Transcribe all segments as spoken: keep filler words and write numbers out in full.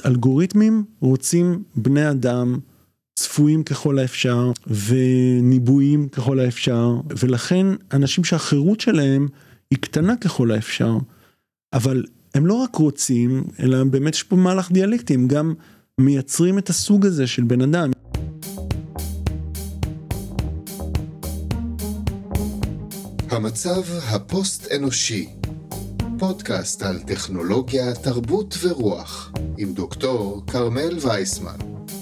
אלגוריתמים רוצים בני אדם צפויים ככל האפשר וניבויים ככל האפשר, ולכן אנשים שהחירות שלהם היא קטנה ככל האפשר, אבל הם לא רק רוצים, אלא באמת יש פה מהלך דיאלקטי, הם גם מייצרים את הסוג הזה של בן אדם. המצב הפוסט-אנושי, פודקאסט על טכנולוגיה, תרבות ורוח, עם דוקטור קרמל וייסמן.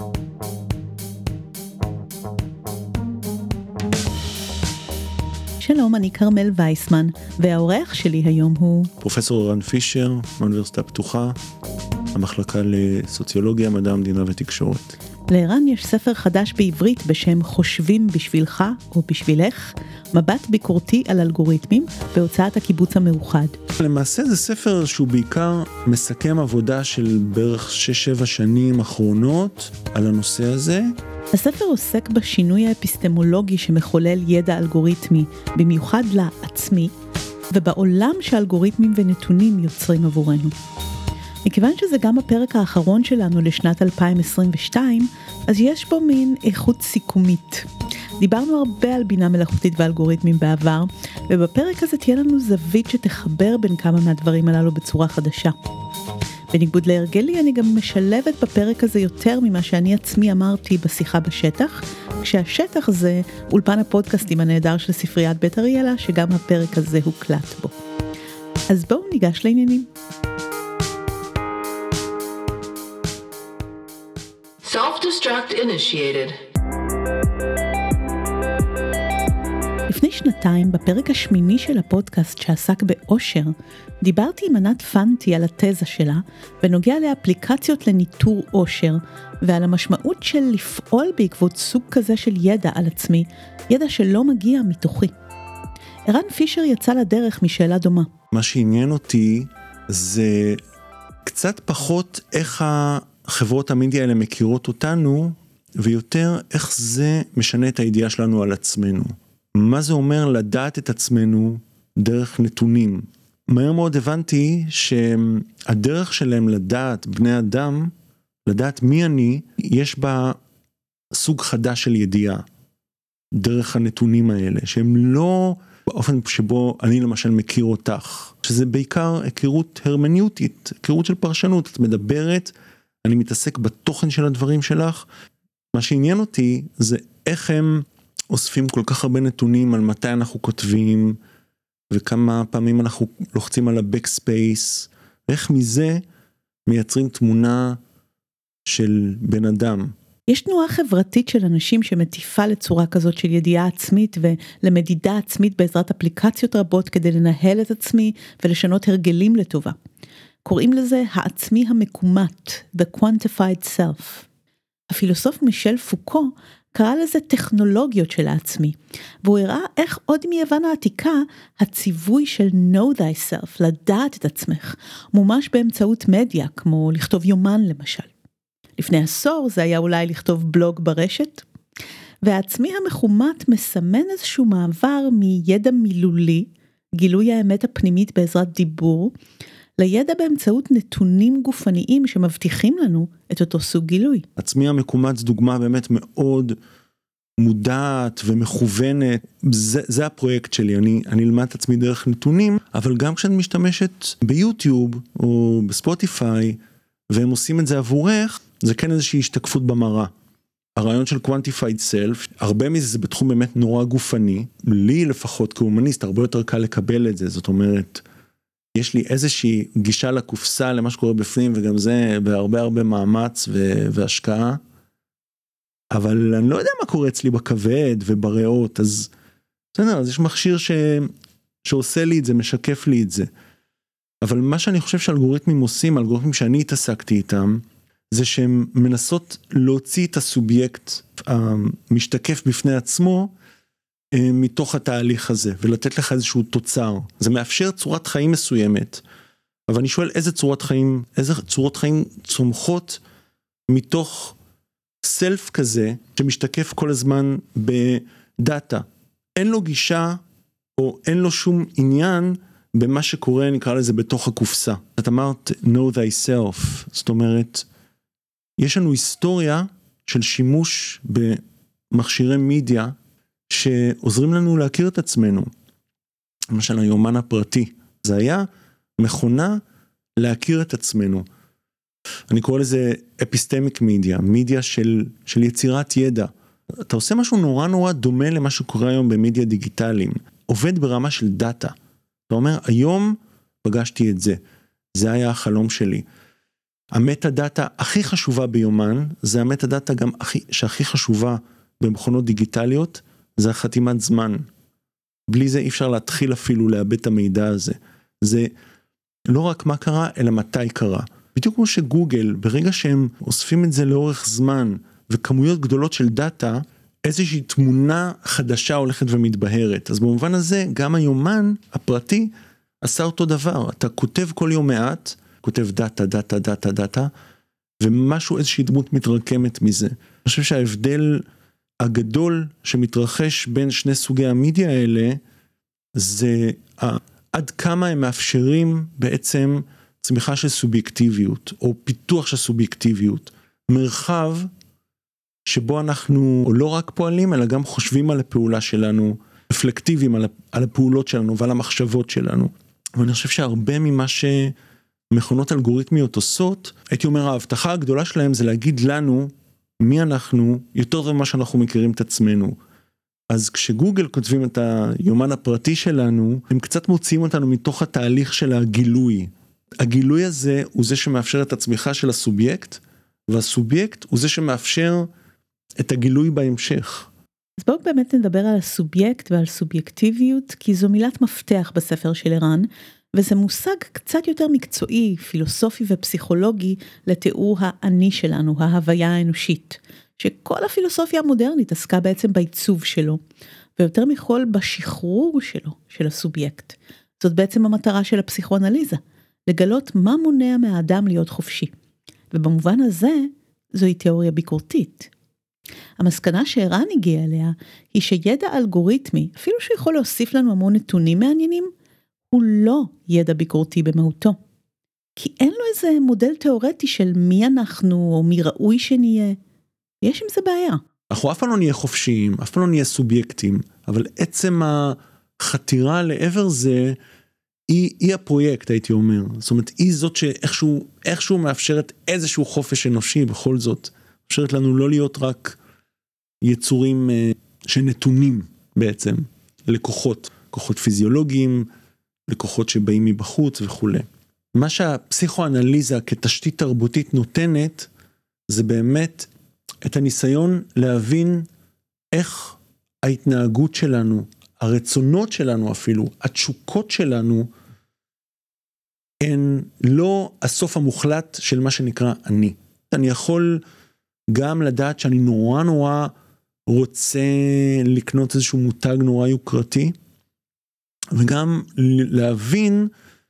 שלום, אני קרמל וייסמן, והאורח שלי היום הוא פרופסור ערן פישר, מאוניברסיטה הפתוחה, המחלקה לסוציולוגיה, מדע המדינה ותקשורת. לערן יש ספר חדש בעברית בשם חושבים בשבילך או בשבילך, מבט ביקורתי על אלגוריתמים בהוצאת הקיבוץ המאוחד. למעשה זה ספר שהוא בעיקר מסכם עבודה של בערך שש שבע שנים אחרונות על הנושא הזה. הספר עוסק בשינוי האפיסטמולוגי שמחולל ידע אלגוריתמי, במיוחד לעצמי, ובעולם שאלגוריתמים ונתונים יוצרים עבורנו. מכיוון שזה גם הפרק האחרון שלנו לשנת אלפיים עשרים ושתיים, אז יש בו מין איכות סיכומית. דיברנו הרבה על בינה מלאכותית ואלגוריתמים בעבר, ובפרק הזה תהיה לנו זווית שתחבר בין כמה מהדברים הללו בצורה חדשה. בניגוד להרגלי, אני גם משלבת בפרק הזה יותר ממה שאני עצמי אמרתי בשיחה בשטח, כשהשטח זה אולפן הפודקאסטים הנהדר של ספריית בית אריאלה, שגם הפרק הזה הוקלט בו. אז בואו ניגש לעניינים. Self-destruct initiated. לפני שנתיים, בפרק השמיני של הפודקאסט שעסק באושר, דיברתי עם ענת פנטי על התזה שלה, בנוגע לאפליקציות לניטור אושר, ועל המשמעות של לפעול בעקבות סוג כזה של ידע על עצמי, ידע שלא מגיע מתוכי. ערן פישר יצא לדרך משאלה דומה. מה שעניין אותי זה קצת פחות איך החברות המדיה האלה מכירות אותנו, ויותר איך זה משנה את הידיעה שלנו על עצמנו. מה זה אומר לדעת את עצמנו דרך נתונים? מהר מאוד הבנתי שהדרך שלהם לדעת בני אדם, לדעת מי אני, יש בה סוג חדש של ידיעה, דרך הנתונים האלה, שהם לא באופן שבו אני למשל מכיר אותך, שזה בעיקר היכרות הרמניוטית, היכרות של פרשנות, את מדברת, אני מתעסק בתוכן של הדברים שלך, מה שעניין אותי זה איך הם אוספים כל כך הרבה נתונים על מתי אנחנו כותבים, וכמה פעמים אנחנו לוחצים על ה-backspace, איך מזה מייצרים תמונה של בן אדם. יש תנועה חברתית של אנשים שמטיפה לצורה כזאת של ידיעה עצמית ולמדידה עצמית בעזרת אפליקציות רבות כדי לנהל את עצמי ולשנות הרגלים לטובה. קוראים לזה העצמי המקומט, the quantified self. הפילוסוף מישל פוקו קרא לזה טכנולוגיות של העצמי, והוא הראה איך עוד מיוון העתיקה, הציווי של know thyself, לדעת את עצמך, מומש באמצעות מדיה, כמו לכתוב יומן למשל. לפני עשור זה היה אולי לכתוב בלוג ברשת, והעצמי המחומט מסמן איזשהו מעבר מידע מילולי, גילוי האמת הפנימית בעזרת דיבור, לידע באמצעות נתונים גופניים שמבטיחים לנו את אותו סוג גילוי. עצמי המקומט זו דוגמה באמת מאוד מודעת ומכוונת. זה, זה הפרויקט שלי. אני, אני אלמד את עצמי דרך נתונים, אבל גם כשאת משתמשת ביוטיוב או בספוטיפיי, והם עושים את זה עבורך, זה כן איזושהי השתקפות במראה. הרעיון של quantified self, הרבה מזה זה בתחום באמת נורא גופני. לי לפחות כאומניסט, הרבה יותר קל לקבל את זה. זאת אומרת, יש לי איזושהי גישה לקופסה למה שקורה בפנים, וגם זה בהרבה הרבה מאמץ ו- והשקעה, אבל אני לא יודע מה קורה אצלי בכבד ובריאות, אז בסדר, אז יש מכשיר ש- שעושה לי את זה, משקף לי את זה. אבל מה שאני חושב שאלגוריתמים עושים, אלגוריתמים שאני התעסקתי איתם, זה שהם מנסות להוציא את הסובייקט המשתקף בפני עצמו, מתוך התהליך הזה, ולתת לך איזשהו תוצר. זה מאפשר צורת חיים מסוימת, אבל אני שואל איזה צורת חיים, איזה צורות חיים צומחות מתוך סלף כזה, שמשתקף כל הזמן בדאטה. אין לו גישה, או אין לו שום עניין, במה שקורה, נקרא לזה, בתוך הקופסה. את אמרת, know thyself, זאת אומרת, יש לנו היסטוריה של שימוש במכשירי מידיה שעוזרים לנו להכיר את עצמנו. למשל היומן הפרטי, זה היה מכונה להכיר את עצמנו. אני קורא לזה אפיסטמיק מידיה, מידיה של, של יצירת ידע. אתה עושה משהו נורא נורא דומה למה שקורה היום במידיה דיגיטליים. עובד ברמה של דאטה. אתה אומר, היום פגשתי את זה. זה היה החלום שלי. המטה דאטה הכי חשובה ביומן, זה המטה דאטה גם הכי, שהכי חשובה במכונות דיגיטליות, זה החתימת זמן. בלי זה אי אפשר להתחיל אפילו לאבד את המידע הזה. זה לא רק מה קרה, אלא מתי קרה. בדיוק כמו שגוגל, ברגע שהם אוספים את זה לאורך זמן, וכמויות גדולות של דאטה, איזושהי תמונה חדשה הולכת ומתבהרת. אז במובן הזה, גם היומן הפרטי עשה אותו דבר. אתה כותב כל יום מעט, כותב דאטה, דאטה, דאטה, דאטה, ומשהו, איזושהי דמות מתרקמת מזה. אני חושב שההבדל הגדול שמתרחש בין שני סוגי המידיה האלה, זה עד כמה הם מאפשרים בעצם צמיחה של סובייקטיביות, או פיתוח של סובייקטיביות. מרחב שבו אנחנו לא רק פועלים, אלא גם חושבים על הפעולה שלנו, רפלקטיביים על, על הפעולות שלנו ועל המחשבות שלנו. ואני חושב שהרבה ממה שמכונות אלגוריתמיות עושות, הייתי אומר, ההבטחה הגדולה שלהם זה להגיד לנו מי אנחנו, יותר טוב ממה שאנחנו מכירים את עצמנו. אז כשגוגל כותבים את היומן הפרטי שלנו, הם קצת מוציאים אותנו מתוך התהליך של הגילוי. הגילוי הזה הוא זה שמאפשר את הצמיחה של הסובייקט, והסובייקט הוא זה שמאפשר את הגילוי בהמשך. אז בואו באמת נדבר על הסובייקט ועל סובייקטיביות, כי זו מילת מפתח בספר של ערן, וזה מושג קצת יותר מקצועי, פילוסופי ופסיכולוגי, לתיאור האני שלנו, ההוויה האנושית, שכל הפילוסופיה המודרנית עסקה בעצם בעיצוב שלו, ויותר מכל בשחרור שלו, של הסובייקט. זאת בעצם המטרה של הפסיכואנליזה, לגלות מה מונע מהאדם להיות חופשי. ובמובן הזה, זוהי תיאוריה ביקורתית. המסקנה שערן הגיע אליה, היא שידע אלגוריתמי, אפילו שיכול להוסיף לנו המון נתונים מעניינים, הוא לא ידע ביקורתי במהותו. כי אין לו איזה מודל תיאורטי של מי אנחנו, או מי ראוי שנהיה. יש עם זה בעיה. אנחנו אף פעם לא נהיה חופשיים, אף פעם לא נהיה סובייקטים, אבל עצם החתירה לעבר זה, היא, היא הפרויקט, הייתי אומר. זאת אומרת, היא זאת שאיכשהו, איכשהו מאפשרת איזשהו חופש אנושי, בכל זאת. מאפשרת לנו לא להיות רק יצורים אה, שנתונים בעצם, לקוחות, כוחות פיזיולוגיים, לקוחות שבאים מבחוץ וכו'. מה שהפסיכואנליזה כתשתית תרבותית נותנת, זה באמת את הניסיון להבין איך ההתנהגות שלנו, הרצונות שלנו אפילו, התשוקות שלנו, הן לא הסוף המוחלט של מה שנקרא אני. אני יכול גם לדעת שאני נורא נורא רוצה לקנות איזשהו מותג נורא יוקרתי, וגם להבין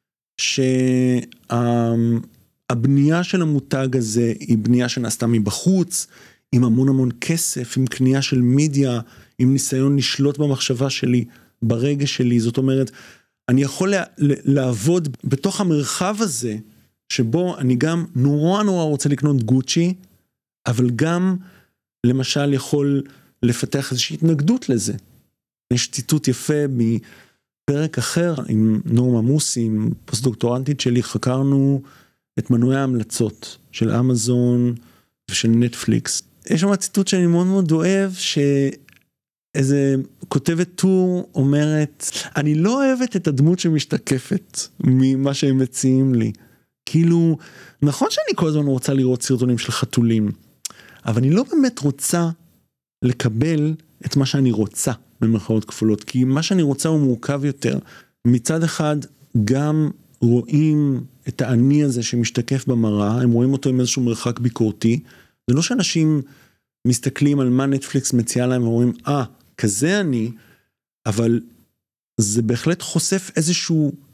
שהבנייה של המותג הזה היא בנייה שנעשתה מבחוץ, עם המון המון כסף, עם קנייה של מידיה, עם ניסיון לשלוט במחשבה שלי, ברגש שלי. זאת אומרת, אני יכול לעבוד בתוך המרחב הזה, שבו אני גם נורא נורא רוצה לקנות גוצ'י, אבל גם למשל יכול לפתח איזושהי התנגדות לזה. יש ציטוט יפה מפרק אחר עם נורמה מוסי, עם פוסט-דוקטורנטית שלי, חקרנו את מנועי ההמלצות של אמזון ושל נטפליקס. יש שם ציטוט שאני מאוד מאוד אוהב, שאיזה כותבת טור אומרת, אני לא אוהבת את הדמות שמשתקפת ממה שהם מציעים לי. כאילו, נכון שאני כל הזמן רוצה לראות סרטונים של חתולים, אבל אני לא באמת רוצה לקבל את מה שאני רוצה, במרכאות כפולות, כי מה שאני רוצה הוא מורכב יותר. מצד אחד, גם רואים את האני הזה שמשתקף במראה, הם רואים אותו עם איזשהו מרחק ביקורתי, זה לא שאנשים מסתכלים על מה נטפליקס מציעה להם ואומרים, אה, כזה אני, אבל זה בהחלט חושף איזשהו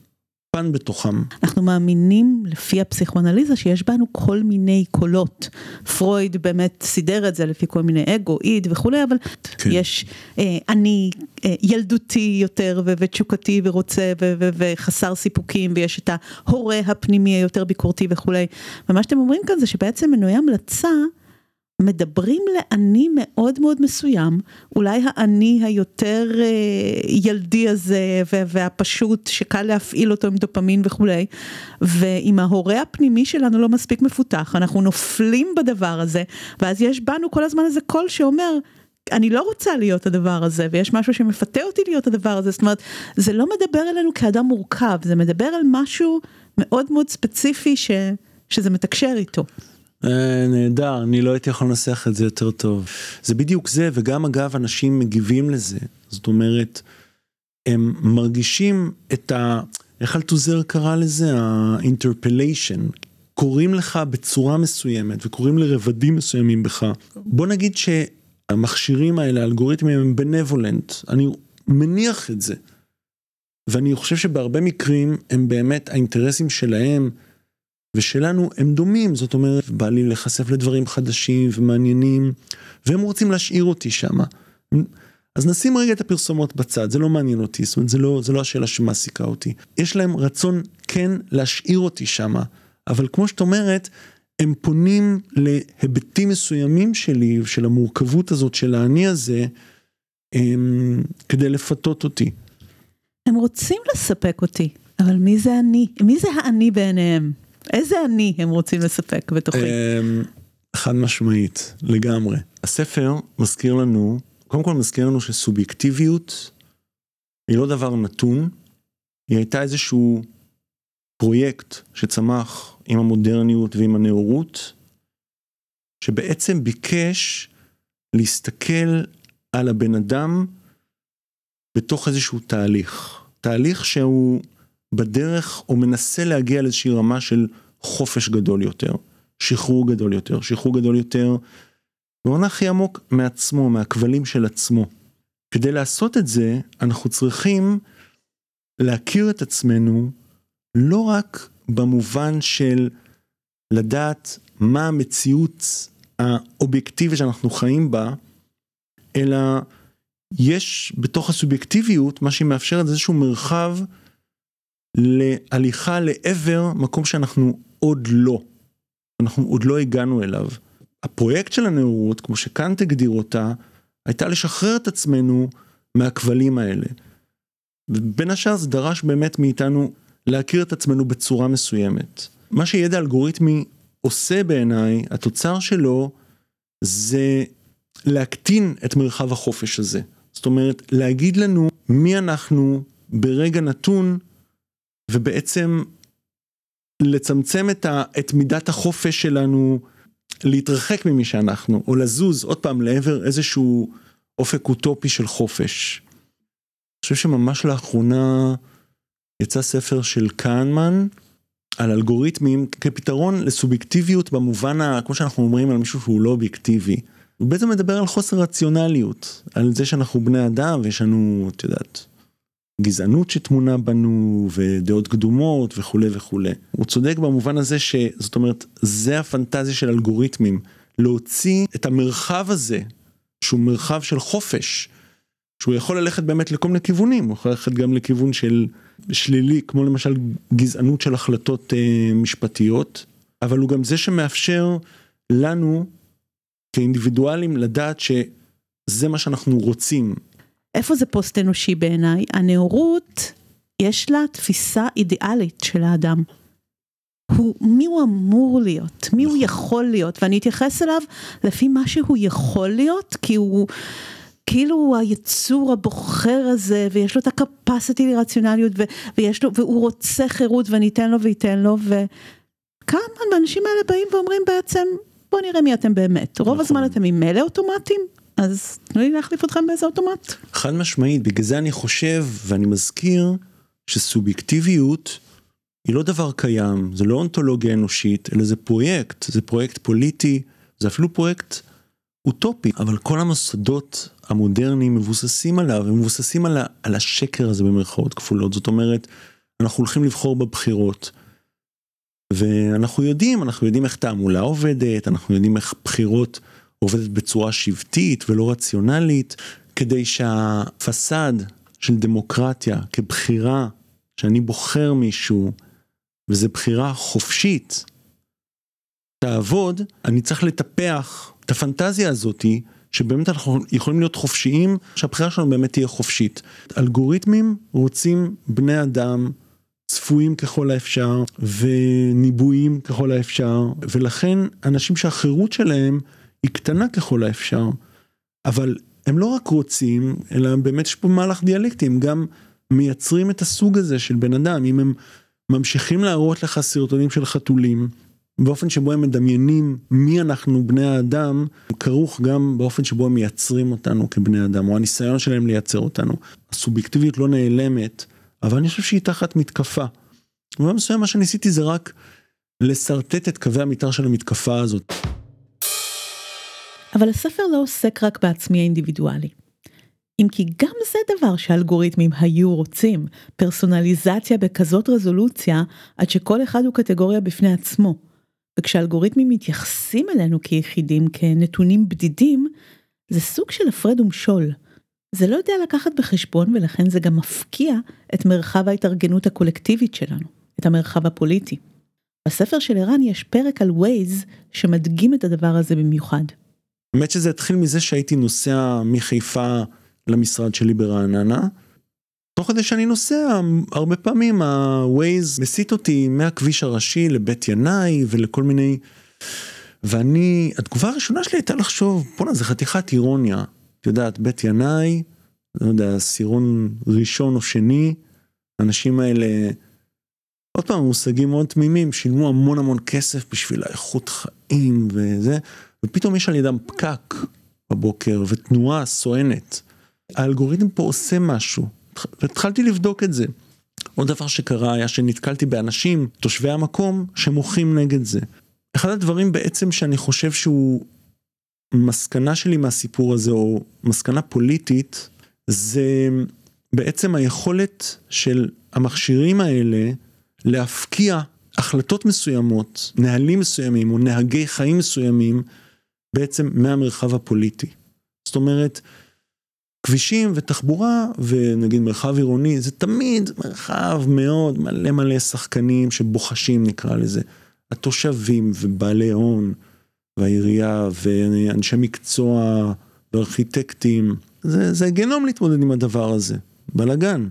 פן בתוכם. אנחנו מאמינים לפי הפסיכואנליזה שיש בנו כל מיני קולות. פרויד באמת סידר את זה לפי כל מיני אגו, איד וכולי, אבל כן. יש אה, אני אה, ילדותי יותר ו- ותשוקתי ורוצה ו- ו- וחסר סיפוקים, ויש את ההורה הפנימי היותר ביקורתי וכולי. ומה שאתם אומרים כאן זה שבעצם מנועי המלצה מדברים לאני מאוד מאוד מסוים, אולי האני היותר ילדי הזה והפשוט שקל להפעיל אותו עם דופמין וכולי, ואם ההורה הפנימי שלנו לא מספיק מפותח, אנחנו נופלים בדבר הזה, ואז יש בנו כל הזמן איזה קול שאומר, אני לא רוצה להיות הדבר הזה, ויש משהו שמפתה אותי להיות הדבר הזה, זאת אומרת, זה לא מדבר אלינו כאדם מורכב, זה מדבר על משהו מאוד מאוד ספציפי ש, שזה מתקשר איתו. נהדר, אני לא הייתי יכול לנסח את זה יותר טוב. זה בדיוק זה, וגם אגב אנשים מגיבים לזה. זאת אומרת, הם מרגישים את ה... איך אלתוזר קרא לזה? ה-interpellation. קוראים לך בצורה מסוימת, וקוראים לרבדים מסוימים בך. בוא נגיד שהמכשירים האלה, האלגוריתמים הם benevolent. אני מניח את זה. ואני חושב שבהרבה מקרים הם באמת האינטרסים שלהם, ושלנו הם דומים, זאת אומרת, בא לי לחשף לדברים חדשים ומעניינים, והם רוצים להשאיר אותי שם. אז נשים רגע את הפרסומות בצד, זה לא מעניין אותי, זאת אומרת, זה לא, זה לא השאלה שמעסיקה אותי. יש להם רצון כן להשאיר אותי שם, אבל כמו שאת אומרת, הם פונים להיבטים מסוימים שלי, של המורכבות הזאת, של האני הזה, הם, כדי לפתות אותי. הם רוצים לספק אותי, אבל מי זה אני? מי זה האני בעיניהם? איזה אני הם רוצים לספק בתוכי? חד משמעית, לגמרי. הספר מזכיר לנו, קודם כל מזכיר לנו שסובייקטיביות היא לא דבר נתון, היא הייתה איזשהו פרויקט שצמח עם המודרניות ועם הנאורות, שבעצם ביקש להסתכל על הבן אדם בתוך איזשהו תהליך. תהליך שהוא בדרך או מנסה להגיע לאיזושהי רמה של חופש גדול יותר, שחרור גדול יותר, שחרור גדול יותר, ועונה הכי עמוק מעצמו, מהכבלים של עצמו. כדי לעשות את זה, אנחנו צריכים להכיר את עצמנו, לא רק במובן של לדעת מה המציאות האובייקטיבית שאנחנו חיים בה, אלא יש בתוך הסובייקטיביות, מה שמאפשר את איזשהו מרחב, להליכה לעבר מקום שאנחנו עוד לא, אנחנו עוד לא הגענו אליו. הפרויקט של הנאורות, כמו שקאנט הגדיר אותה, הייתה לשחרר את עצמנו מהכבלים האלה. ובין השאר זה דרש באמת מאיתנו להכיר את עצמנו בצורה מסוימת. מה שידע אלגוריתמי עושה בעיניי, התוצר שלו זה להקטין את מרחב החופש הזה. זאת אומרת, להגיד לנו מי אנחנו ברגע נתון, ובעצם לצמצם את, ה, את מידת החופש שלנו, להתרחק ממי שאנחנו, או לזוז עוד פעם לעבר איזשהו אופק אוטופי של חופש. אני חושב שממש לאחרונה יצא ספר של קהנמן, על אלגוריתמים, כפתרון לסובייקטיביות במובן, ה, כמו שאנחנו אומרים על מישהו שהוא לא אובייקטיבי. הוא בעצם מדבר על חוסר רציונליות, על זה שאנחנו בני אדם, ויש לנו, את יודעת, גזענות שתמונה בנו, ודעות קדומות וכו' וכו'. הוא צודק במובן הזה שזאת אומרת, זה הפנטזיה של אלגוריתמים, להוציא את המרחב הזה, שהוא מרחב של חופש, שהוא יכול ללכת באמת לכל מיני כיוונים, הוא יכול ללכת גם לכיוון של שלילי, כמו למשל גזענות של החלטות אה, משפטיות, אבל הוא גם זה שמאפשר לנו, כאינדיבידואלים, לדעת שזה מה שאנחנו רוצים. איפה זה פוסט אנושי בעיניי? הנאורות, יש לה תפיסה אידיאלית של האדם. הוא, מי הוא אמור להיות? מי הוא יכול להיות? ואני אתייחס אליו לפי מה שהוא יכול להיות, כי הוא כאילו הוא היצור הבוחר הזה, ויש לו את הקפסיטי לרציונליות, ו- ויש לו, והוא רוצה חירות, ואני אתן לו וייתן לו, וכמה האנשים האלה באים ואומרים בעצם, בוא נראה מי אתם באמת. רוב הזמן אתם עם מלא אוטומטים, אז תנו לי להחליף אתכם באיזה אוטומט. חד משמעית, בגלל זה אני חושב, ואני מזכיר, שסובייקטיביות היא לא דבר קיים, זה לא אונתולוגיה אנושית, אלא זה פרויקט, זה פרויקט פוליטי, זה אפילו פרויקט אוטופי, אבל כל המוסדות המודרניים מבוססים עליו, הם מבוססים על, ה, על השקר הזה במרכאות כפולות, זאת אומרת, אנחנו הולכים לבחור בבחירות, ואנחנו יודעים, אנחנו יודעים איך תעמולה עובדת, אנחנו יודעים איך בחירות עובדת בצורה שבטית ולא רציונלית, כדי שהפסד של דמוקרטיה כבחירה, שאני בוחר מישהו, וזו בחירה חופשית, תעבוד, אני צריך לטפח את הפנטזיה הזאת, שבאמת אנחנו יכולים להיות חופשיים, שהבחירה שלנו באמת תהיה חופשית. אלגוריתמים רוצים בני אדם צפויים ככל האפשר, וניבויים ככל האפשר, ולכן אנשים שהחירות שלהם היא קטנה ככל האפשר, אבל הם לא רק רוצים, אלא באמת יש פה מהלך דיאלקטי, הם גם מייצרים את הסוג הזה של בן אדם, אם הם ממשיכים להראות לך סרטונים של חתולים, באופן שבו הם מדמיינים מי אנחנו בני האדם, כרוך גם באופן שבו הם מייצרים אותנו כבני אדם, או הניסיון שלהם לייצר אותנו. הסובייקטיביות לא נעלמת, אבל אני חושב שהיא תחת מתקפה. ובמסוים מה שניסיתי זה רק לסרטט את קווי המתאר של המתקפה הזאת. אבל הספר לא עוסק רק בעצמי האינדיבידואלי. אם כי גם זה דבר שהאלגוריתמים היו רוצים, פרסונליזציה בכזאת רזולוציה, עד שכל אחד הוא קטגוריה בפני עצמו. וכשאלגוריתמים מתייחסים אלינו כיחידים, כנתונים בדידים, זה סוג של הפרד ומשול. זה לא יודע לקחת בחשבון, ולכן זה גם מפקיע את מרחב ההתארגנות הקולקטיבית שלנו, את המרחב הפוליטי. בספר של ערן יש פרק על ווייז שמדגים את הדבר הזה במיוחד. באמת שזה התחיל מזה שהייתי נוסע מחיפה למשרד שלי ברעננה, תוך כדי שאני נוסע, הרבה פעמים הווייז מסיט אותי מהכביש הראשי לבית ינאי ולכל מיני, ואני, התגובה הראשונה שלי הייתה לחשוב, בוא'נה, זה חתיכת אירוניה, את יודעת, בית ינאי, לא יודע, סירון ראשון או שני, האנשים האלה, עוד פעם, מושגים מאוד תמימים, שילמו המון המון כסף בשביל האיכות חיים וזה, ופתאום יש על ידם פקק בבוקר ותנועה סואנת. האלגוריתם פה עושה משהו, והתחלתי לבדוק את זה. עוד דבר שקרה היה שנתקלתי באנשים, תושבי המקום, שמוחים נגד זה. אחד הדברים בעצם שאני חושב שהוא מסקנה שלי מהסיפור הזה, או מסקנה פוליטית, זה בעצם היכולת של המכשירים האלה להפקיע החלטות מסוימות, נהלים מסוימים, או נהגי חיים מסוימים, בעצם מהמרחב הפוליטי. זאת אומרת, כבישים ותחבורה, ונגיד מרחב עירוני, זה תמיד מרחב מאוד מלא מלא שחקנים שבוחשים נקרא לזה. התושבים ובעלי הון, והעירייה ואנשי מקצוע וארכיטקטים, זה, זה גנום להתמודד עם הדבר הזה, בלגן.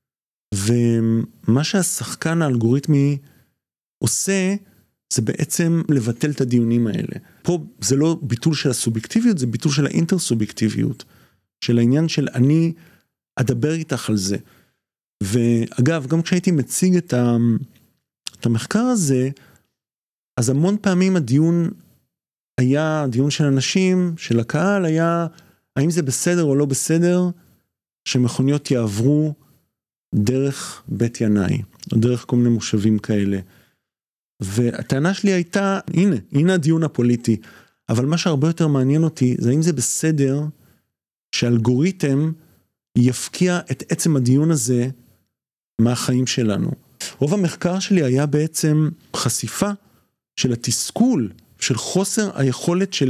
ומה שהשחקן האלגוריתמי עושה, זה בעצם לבטל את הדיונים האלה. פה זה לא ביטול של הסובייקטיביות, זה ביטול של האינטרסובייקטיביות, של העניין של אני אדבר איתך על זה. ואגב, גם כשהייתי מציג את, ה, את המחקר הזה, אז המון פעמים הדיון היה, דיון של אנשים, של הקהל, היה האם זה בסדר או לא בסדר, שמכוניות יעברו דרך בית ינאי, או דרך כל מיני מושבים כאלה. והטענה שלי הייתה, הנה, הנה הדיון הפוליטי, אבל מה שהרבה יותר מעניין אותי, זה האם זה בסדר, שאלגוריתם יפקיע את עצם הדיון הזה מהחיים שלנו. רוב המחקר שלי היה בעצם חשיפה של התסכול, של חוסר היכולת של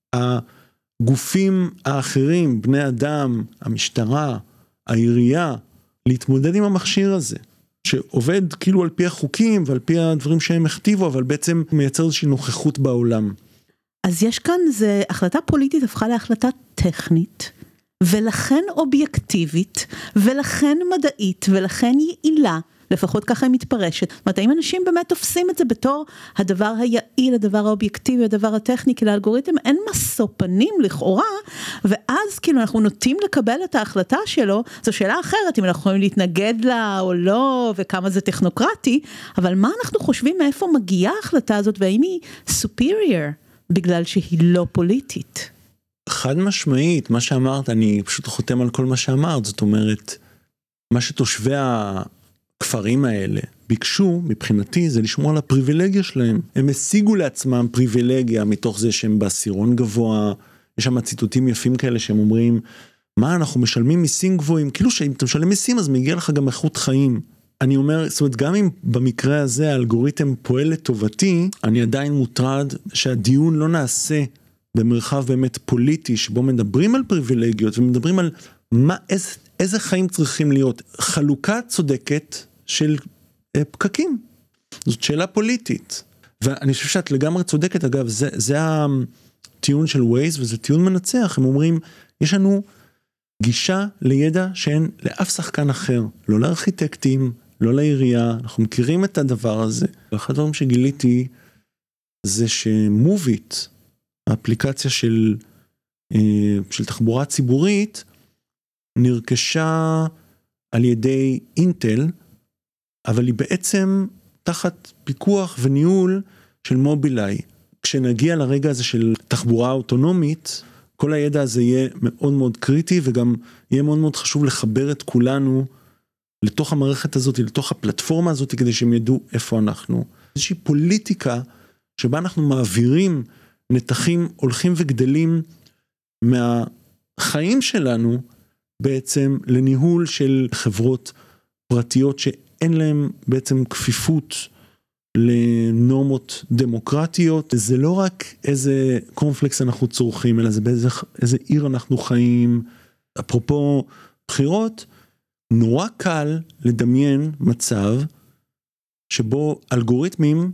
הגופים האחרים, בני אדם, המשטרה, העירייה, להתמודד עם המכשיר הזה, שעובד כאילו על פי החוקים ועל פי הדברים שהם הכתיבו, אבל בעצם מייצר איזושהי נוכחות בעולם. אז יש כאן, זה החלטה פוליטית הפכה להחלטה טכנית, ולכן אובייקטיבית, ולכן מדעית, ולכן יעילה, לפחות ככה היא מתפרשת. זאת אומרת, האם אנשים באמת תופסים את זה בתור הדבר היעיל, הדבר האובייקטיבי, הדבר הטכני, כי לאלגוריתם אין משוא פנים לכאורה, ואז כאילו אנחנו נוטים לקבל את ההחלטה שלו, זו שאלה אחרת, אם אנחנו יכולים להתנגד לה או לא, וכמה זה טכנוקרטי, אבל מה אנחנו חושבים מאיפה מגיעה ההחלטה הזאת, והאם היא superior, בגלל שהיא לא פוליטית? חד משמעית, מה שאמרת, אני פשוט חותם על כל מה שאמרת, זאת אומרת, מה שתושבי הכפרים האלה ביקשו, מבחינתי, זה לשמור על הפריבילגיה שלהם. הם השיגו לעצמם פריבילגיה מתוך זה שהם בעשירון גבוה, יש שם ציטוטים יפים כאלה שהם אומרים, מה אנחנו משלמים מיסים גבוהים, כאילו שאם אתה משלם מיסים אז מגיע לך גם איכות חיים אני אומר, זאת אומרת, גם אם במקרה הזה האלגוריתם פועל לטובתי, אני עדיין מוטרד שהדיון לא נעשה במרחב באמת פוליטי, שבו מדברים על פריבילגיות, ומדברים על מה, איזה, איזה חיים צריכים להיות. חלוקה צודקת של אה, פקקים. זאת שאלה פוליטית. ואני חושב שאת לגמרי צודקת, אגב, זה, זה הטיעון של ווייז, וזה טיעון מנצח. הם אומרים, יש לנו גישה לידע שאין לאף שחקן אחר, לא לארכיטקטים, לא לעירייה, אנחנו מכירים את הדבר הזה. ואחד הדברים שגיליתי, זה שמוביט, האפליקציה של, של תחבורה ציבורית, נרכשה על ידי אינטל, אבל היא בעצם תחת פיקוח וניהול של מובילאיי. כשנגיע לרגע הזה של תחבורה אוטונומית, כל הידע הזה יהיה מאוד מאוד קריטי, וגם יהיה מאוד מאוד חשוב לחבר את כולנו לתוך המערכת הזאת, לתוך הפלטפורמה הזאת, כדי שהם ידעו איפה אנחנו. איזושהי פוליטיקה שבה אנחנו מעבירים נתחים הולכים וגדלים מהחיים שלנו, בעצם לניהול של חברות פרטיות שאין להם בעצם כפיפות לנורמות דמוקרטיות. זה לא רק איזה קונפלקס אנחנו צורכים, אלא זה באיזה איזה עיר אנחנו חיים. אפרופו בחירות, נורא קל לדמיין מצב שבו אלגוריתמים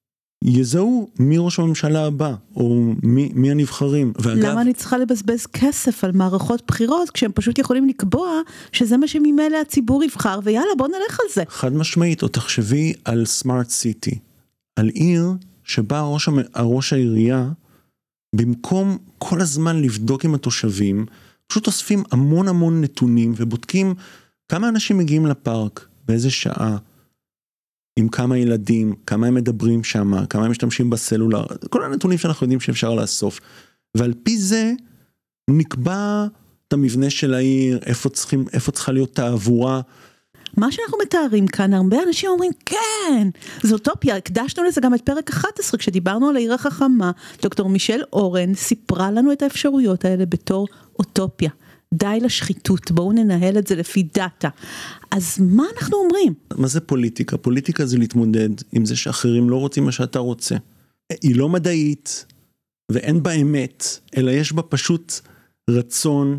יזהו מי ראש הממשלה הבא, או מי, מי הנבחרים. ואגב, למה אני צריכה לבזבז כסף על מערכות בחירות, כשהם פשוט יכולים לקבוע שזה מה שממילא הציבור יבחר, ויאללה בוא נלך על זה. חד משמעית, או תחשבי על סמארט סיטי, על עיר שבה ראש, ראש העירייה, במקום כל הזמן לבדוק עם התושבים, פשוט אוספים המון המון נתונים, ובודקים כמה אנשים מגיעים לפארק, באיזה שעה, עם כמה ילדים, כמה הם מדברים שם, כמה הם משתמשים בסלולר, כל הנתונים שאנחנו יודעים שאפשר לאסוף. ועל פי זה נקבע את המבנה של העיר, איפה צריכים, איפה צריכה להיות תעבורה. מה שאנחנו מתארים כאן, הרבה אנשים אומרים, כן, זו אוטופיה, הקדשנו לזה גם את פרק אחת עשרה, כשדיברנו על העיר החכמה, דוקטור מישל אורן סיפרה לנו את האפשרויות האלה בתור אוטופיה. די לשחיתות, בואו ננהל את זה לפי דאטה. אז מה אנחנו אומרים? מה זה פוליטיקה? פוליטיקה זה להתמודד עם זה שאחרים לא רוצים מה שאתה רוצה. היא לא מדעית, ואין בה אמת, אלא יש בה פשוט רצון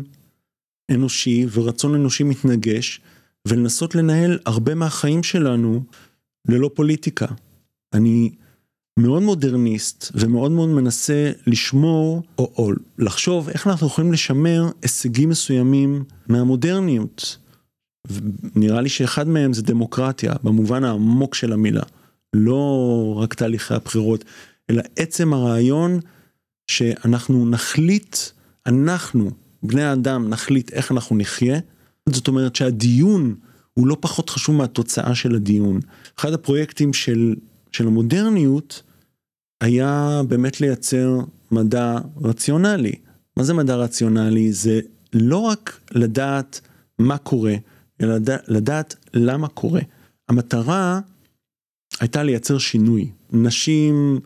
אנושי, ורצון אנושי מתנגש, ולנסות לנהל הרבה מהחיים שלנו ללא פוליטיקה. אני מאוד מודרניסט, ומאוד מאוד מנסה לשמור, או, או לחשוב איך אנחנו יכולים לשמר הישגים מסוימים מהמודרניות. נראה לי שאחד מהם זה דמוקרטיה, במובן העמוק של המילה. לא רק תהליכי הבחירות, אלא עצם הרעיון שאנחנו נחליט, אנחנו, בני האדם, נחליט איך אנחנו נחיה. זאת אומרת שהדיון הוא לא פחות חשוב מהתוצאה של הדיון. אחד הפרויקטים של, של המודרניות היה באמת לייצר מדע רציונלי. מה זה מדע רציונלי? זה לא רק לדעת מה קורה, אלא לדעת למה קורה. המטרה הייתה לייצר שינוי. נשים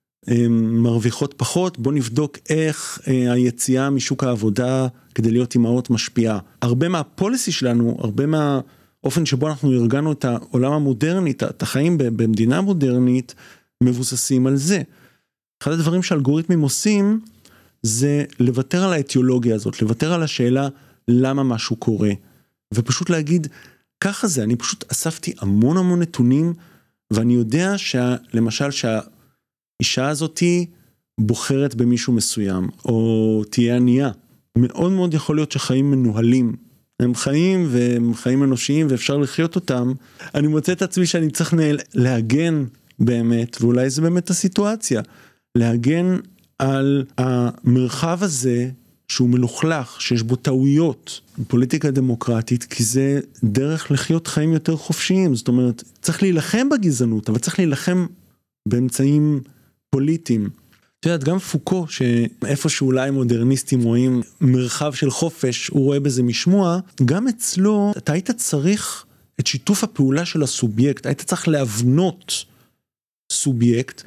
מרוויחות פחות, בוא נבדוק איך היציאה משוק העבודה כדי להיות אימהות משפיעה. הרבה מהפוליסי שלנו, הרבה מהאופן שבו אנחנו ארגנו את העולם המודרני, את החיים במדינה מודרנית, מבוססים על זה. אחד הדברים שאלגוריתמים עושים, זה לוותר על האתיולוגיה הזאת, לוותר על השאלה למה משהו קורה, ופשוט להגיד, ככה זה, אני פשוט אספתי המון המון נתונים, ואני יודע שלמשל שהאישה הזאת בוחרת במישהו מסוים, או תהיה ענייה. מאוד מאוד יכול להיות שחיים מנוהלים, הם חיים והם חיים אנושיים ואפשר לחיות אותם. אני מוצא את עצמי שאני צריך להגן באמת, ואולי זה באמת הסיטואציה, להגן על המרחב הזה שהוא מלוכלך, שיש בו טעויות בפוליטיקה דמוקרטית, כי זה דרך לחיות חיים יותר חופשיים. זאת אומרת, צריך להילחם בגזענות, אבל צריך להילחם באמצעים פוליטיים. את יודעת, גם פוקו, שאיפה שאולי מודרניסטים רואים מרחב של חופש, הוא רואה בזה משמוע, גם אצלו, אתה היית צריך את שיתוף הפעולה של הסובייקט, היית צריך להבנות סובייקט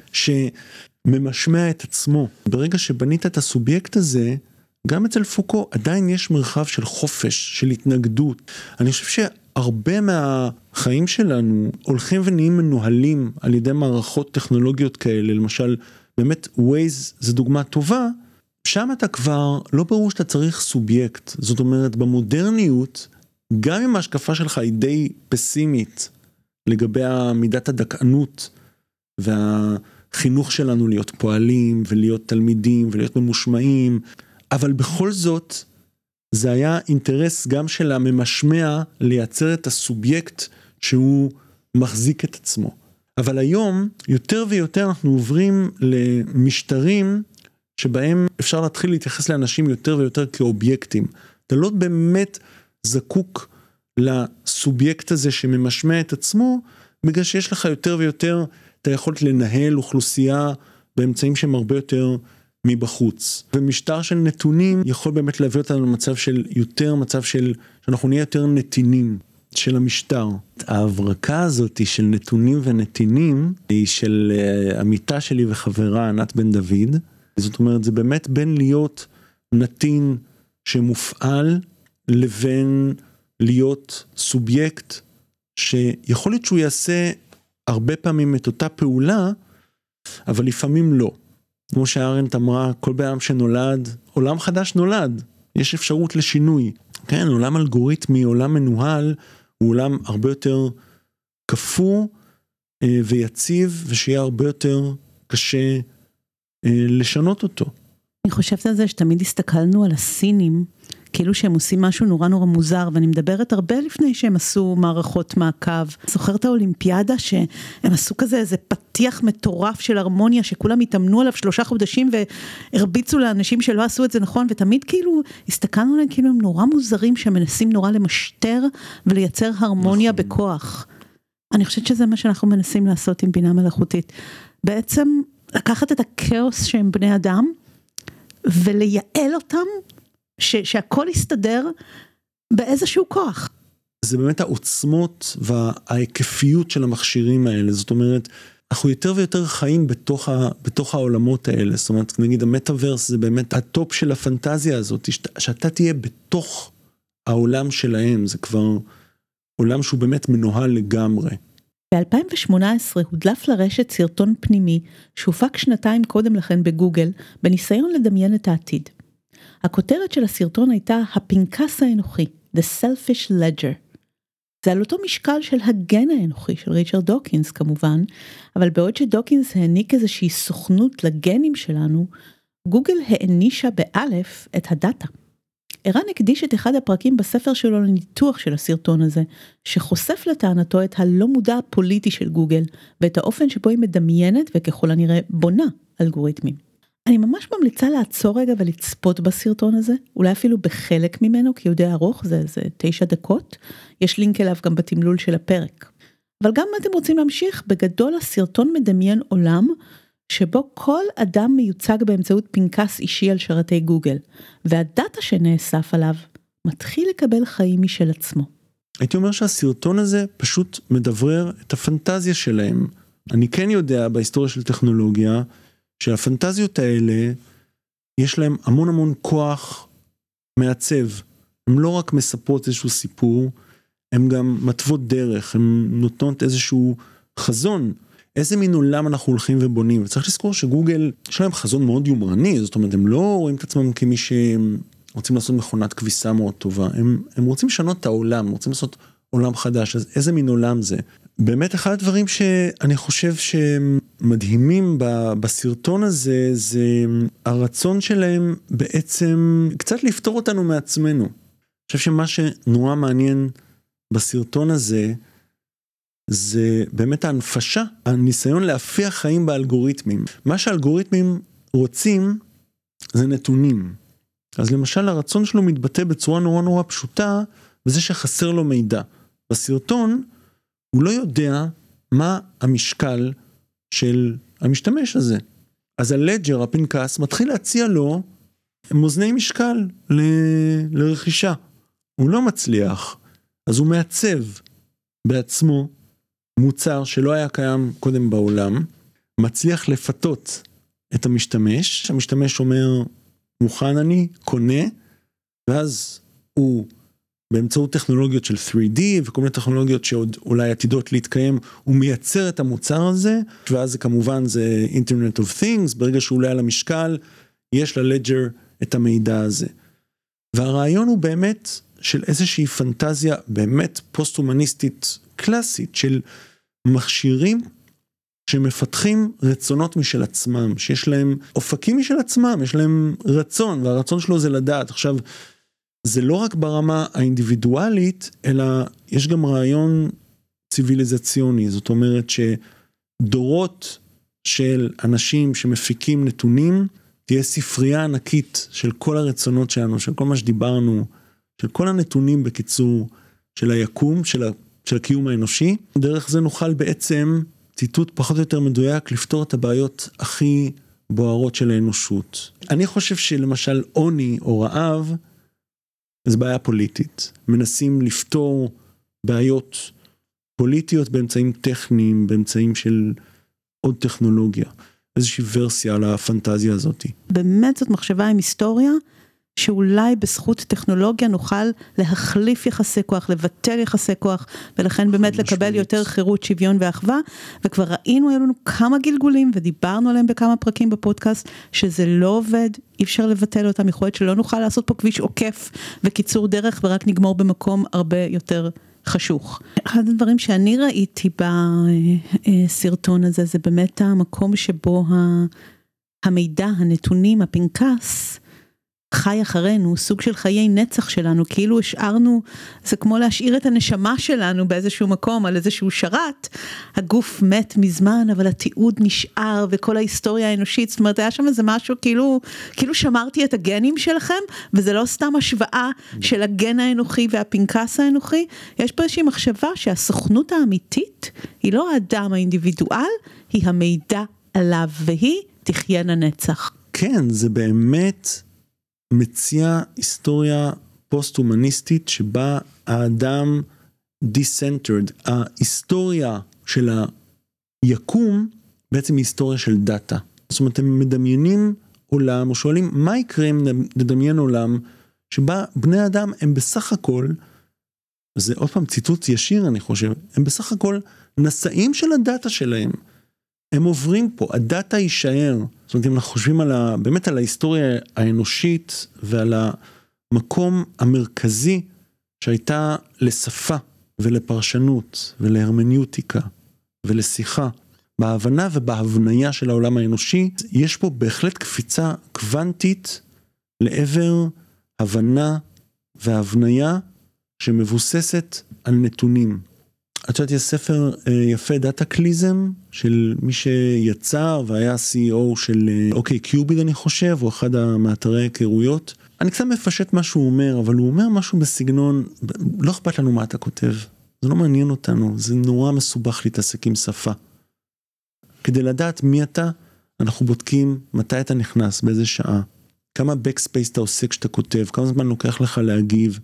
שממשמע את עצמו. ברגע שבנית את הסובייקט הזה, גם אצל פוקו עדיין יש מרחב של חופש, של התנגדות. אני חושב הרבה מהחיים שלנו הולכים ונהיים מנוהלים על ידי מערכות טכנולוגיות כאלה, למשל, באמת Waze זה דוגמה טובה, שם אתה כבר לא ברור שאתה צריך סובייקט, זאת אומרת במודרניות, גם אם ההשקפה שלך היא די פסימית, לגבי מידת הדכאנות והחינוך שלנו להיות פועלים ולהיות תלמידים ולהיות ממושמעים, אבל בכל זאת זה היה אינטרס גם של הממשמע לייצר את הסובייקט שהוא מחזיק את עצמו. אבל היום יותר ויותר אנחנו עוברים למשטרים שבהם אפשר להתחיל להתייחס לאנשים יותר ויותר כאובייקטים. אתה לא באמת זקוק לסובייקט הזה שממשמע את עצמו, בגלל שיש לך יותר ויותר את היכולת לנהל אוכלוסייה באמצעים שהם הרבה יותר מבחוץ. ומשטר של נתונים יכול באמת להביא אותנו למצב של יותר מצב של, שאנחנו נהיה יותר נתינים של המשטר. ההברקה הזאת של נתונים ונתינים היא של עמיתה שלי וחברה ענת בן דוד. זאת אומרת, זה באמת בין להיות נתין שמופעל לבין להיות סובייקט שיכול להיות שהוא יעשה הרבה פעמים את אותה פעולה, אבל לפעמים לא. כמו שארנט אמרה, כל בעם שנולד, עולם חדש נולד, יש אפשרות לשינוי. כן, עולם אלגוריתמי, עולם מנוהל, הוא עולם הרבה יותר כפו אה, ויציב, ושיהיה הרבה יותר קשה אה, לשנות אותו. אני חושבת על זה שתמיד הסתכלנו על הסינים, כאילו שהם עושים משהו נורא נורא מוזר, ואני מדברת הרבה לפני שהם עשו מערכות מעקב. זוכרת האולימפיאדה שהם עשו כזה איזה פתיח מטורף של הרמוניה, שכולם התאמנו עליו שלושה חודשים והרביצו לאנשים שלא עשו את זה נכון, ותמיד כאילו הסתכלנו עליהם כאילו הם נורא מוזרים, שמנסים נורא למשטר ולייצר הרמוניה נכון. בכוח. אני חושבת שזה מה שאנחנו מנסים לעשות עם בינה מלאכותית. בעצם לקחת את הכאוס שהם בני אדם, ולייעל אותם, ש, שהכל יסתדר באיזשהו כוח. זה באמת העוצמות וההיקפיות של המכשירים האלה, זאת אומרת, אנחנו יותר ויותר חיים בתוך, ה, בתוך העולמות האלה, זאת אומרת, נגיד המטאברס זה באמת הטופ של הפנטזיה הזאת, שאתה, שאתה תהיה בתוך העולם שלהם, זה כבר עולם שהוא באמת מנוהל לגמרי. ב-אלפיים שמונה עשרה הודלף לרשת סרטון פנימי שהופק שנתיים קודם לכן בגוגל, בניסיון לדמיין את העתיד. הכותרת של הסרטון הייתה הפנקס האנוכי, The Selfish Ledger. זה על אותו משקל של הגן האנוכי של ריצ'רד דוקינס כמובן, אבל בעוד שדוקינס העניק איזושהי סוכנות לגנים שלנו, גוגל הענישה באלף את הדאטה. ערן הקדיש את אחד הפרקים בספר שלו לניתוח של הסרטון הזה, שחושף לטענתו את הלא מודע הפוליטי של גוגל, ואת האופן שבו היא מדמיינת וככל הנראה בונה אלגוריתמים. אני ממש ממליצה לעצור רגע ולצפות בסרטון הזה, אולי אפילו בחלק ממנו, כי הוא די ארוך, זה, זה תשע דקות, יש לינק אליו גם בתמלול של הפרק. אבל גם אם אתם רוצים להמשיך, בגדול הסרטון מדמיין עולם, שבו כל אדם מיוצג באמצעות פנקס אישי על שרתי גוגל, והדאטה שנאסף עליו מתחיל לקבל חיים משל עצמו. הייתי אומר שהסרטון הזה פשוט מדברר את הפנטזיה שלהם. אני כן יודע בהיסטוריה של טכנולוגיה, שהפנטזיות האלה יש להם המון המון כוח מעצב. הן לא רק מספרות איזשהו סיפור, הן גם מטוות דרך, הן נותנות איזשהו חזון. איזה מין עולם אנחנו הולכים ובונים, וצריך לזכור שגוגל, יש להם חזון מאוד יומרני, זאת אומרת, הם לא רואים את עצמם כמי שרוצים לעשות מכונת כביסה מאוד טובה, הם, הם רוצים לשנות את העולם, רוצים לעשות עולם חדש, אז איזה מין עולם זה? באמת אחד הדברים שאני חושב שמדהימים בסרטון הזה, זה הרצון שלהם בעצם קצת לפתור אותנו מעצמנו. אני חושב שמה שנורא מעניין בסרטון הזה, זה באמת ההנפשה, הניסיון להפיח חיים באלגוריתמים. מה שהאלגוריתמים רוצים זה נתונים. אז למשל הרצון שלו מתבטא בצורה נורא נורא פשוטה, וזה שחסר לו מידע. בסרטון הוא לא יודע מה המשקל של המשתמש הזה. אז הלג'ר, הפנקס, מתחיל להציע לו מאזני משקל ל- לרכישה. הוא לא מצליח, אז הוא מעצב בעצמו מוצר שלא היה קיים קודם בעולם, מצליח לפתות את המשתמש, המשתמש אומר, מוכן אני, קונה, ואז הוא באמצעות טכנולוגיות של תרי די וכל מיני טכנולוגיות שעוד אולי עתידות להתקיים, הוא מייצר את המוצר הזה, ואז זה כמובן זה Internet of Things, ברגע שהוא עולה על המשקל, יש ללג'ר את המידע הזה. והרעיון הוא באמת של איזושהי פנטזיה באמת פוסט-הומניסטית קלאסית, של מכשירים שמפתחים רצונות משל עצמם, שיש להם אופקים משל עצמם, יש להם רצון, והרצון שלו זה לדעת. עכשיו, זה לא רק ברמה האינדיבידואלית, אלא יש גם רעיון ציוויליזציוני, זאת אומרת שדורות של אנשים שמפיקים נתונים, תהיה ספרייה ענקית של כל הרצונות שלנו, של כל מה שדיברנו, של כל הנתונים בקיצור, של היקום, של, ה, של הקיום האנושי. דרך זה נוכל בעצם, ציטוט פחות או יותר מדויק, לפתור את הבעיות הכי בוערות של האנושות. אני חושב שלמשל עוני או רעב, זה בעיה פוליטית. מנסים לפתור בעיות פוליטיות באמצעים טכניים, באמצעים של עוד טכנולוגיה. איזושהי ורסיה על הפנטזיה הזאת. באמת זאת מחשבה עם היסטוריה, שאולי בזכות טכנולוגיה נוכל להחליף יחסי כוח, לבטל יחסי כוח, ולכן באמת לקבל יותר חירות, שוויון ואחווה, וכבר ראינו, היו לנו כמה גלגולים, ודיברנו עליהם בכמה פרקים בפודקאסט, שזה לא עובד, אי אפשר לבטל אותם, יכול להיות שלא נוכל לעשות פה כביש עוקף, וקיצור דרך, ורק נגמור במקום הרבה יותר חשוך. אחד הדברים שאני ראיתי בסרטון הזה, זה באמת המקום שבו המידע, הנתונים, הפנקס, חי אחרינו, סוג של חיי נצח שלנו, כאילו השארנו, זה כמו להשאיר את הנשמה שלנו באיזשהו מקום, על איזשהו שרת, הגוף מת מזמן, אבל התיעוד נשאר, וכל ההיסטוריה האנושית, זאת אומרת, היה שם איזה משהו, כאילו, כאילו שמרתי את הגנים שלכם, וזה לא סתם השוואה של הגן האנוכי והפנקס האנוכי, יש פה איזושהי מחשבה שהסוכנות האמיתית, היא לא האדם האינדיבידואל, היא המידע עליו, והיא תחיינה נצח. כן, זה באמת מציע היסטוריה פוסט-הומניסטית שבה האדם דיסנטרד, ההיסטוריה של היקום בעצם היא היסטוריה של דאטה. זאת אומרת, הם מדמיינים עולם או שואלים מה יקרה אם נדמיין עולם שבה בני אדם הם בסך הכל, זה עוד פעם ציטוט ישיר אני חושב, הם בסך הכל נשאים של הדאטה שלהם. הם עוברים פה, הדאטה יישאר. זאת אומרת, אם אנחנו חושבים על ה, באמת על ההיסטוריה האנושית ועל המקום המרכזי שהייתה לשפה ולפרשנות ולהרמניוטיקה ולשיחה, בהבנה ובהבניה של העולם האנושי, יש פה בהחלט קפיצה קוונטית לעבר הבנה והבניה שמבוססת על נתונים. את יודעת, יש ספר יפה, דאטה-קליזם, של מי שיצר והיה סי אי או של אוקיי קיוביד אני חושב, או אחד מאתרי היכרויות. אני קצת מפשט מה שהוא אומר, אבל הוא אומר משהו בסגנון, לא אכפת לנו מה אתה כותב, זה לא מעניין אותנו, זה נורא מסובך להתעסק עם שפה. כדי לדעת מי אתה, אנחנו בודקים מתי אתה נכנס, באיזה שעה, כמה backspace אתה עושה כשאתה כותב, כמה זמן לוקח לך להגיב.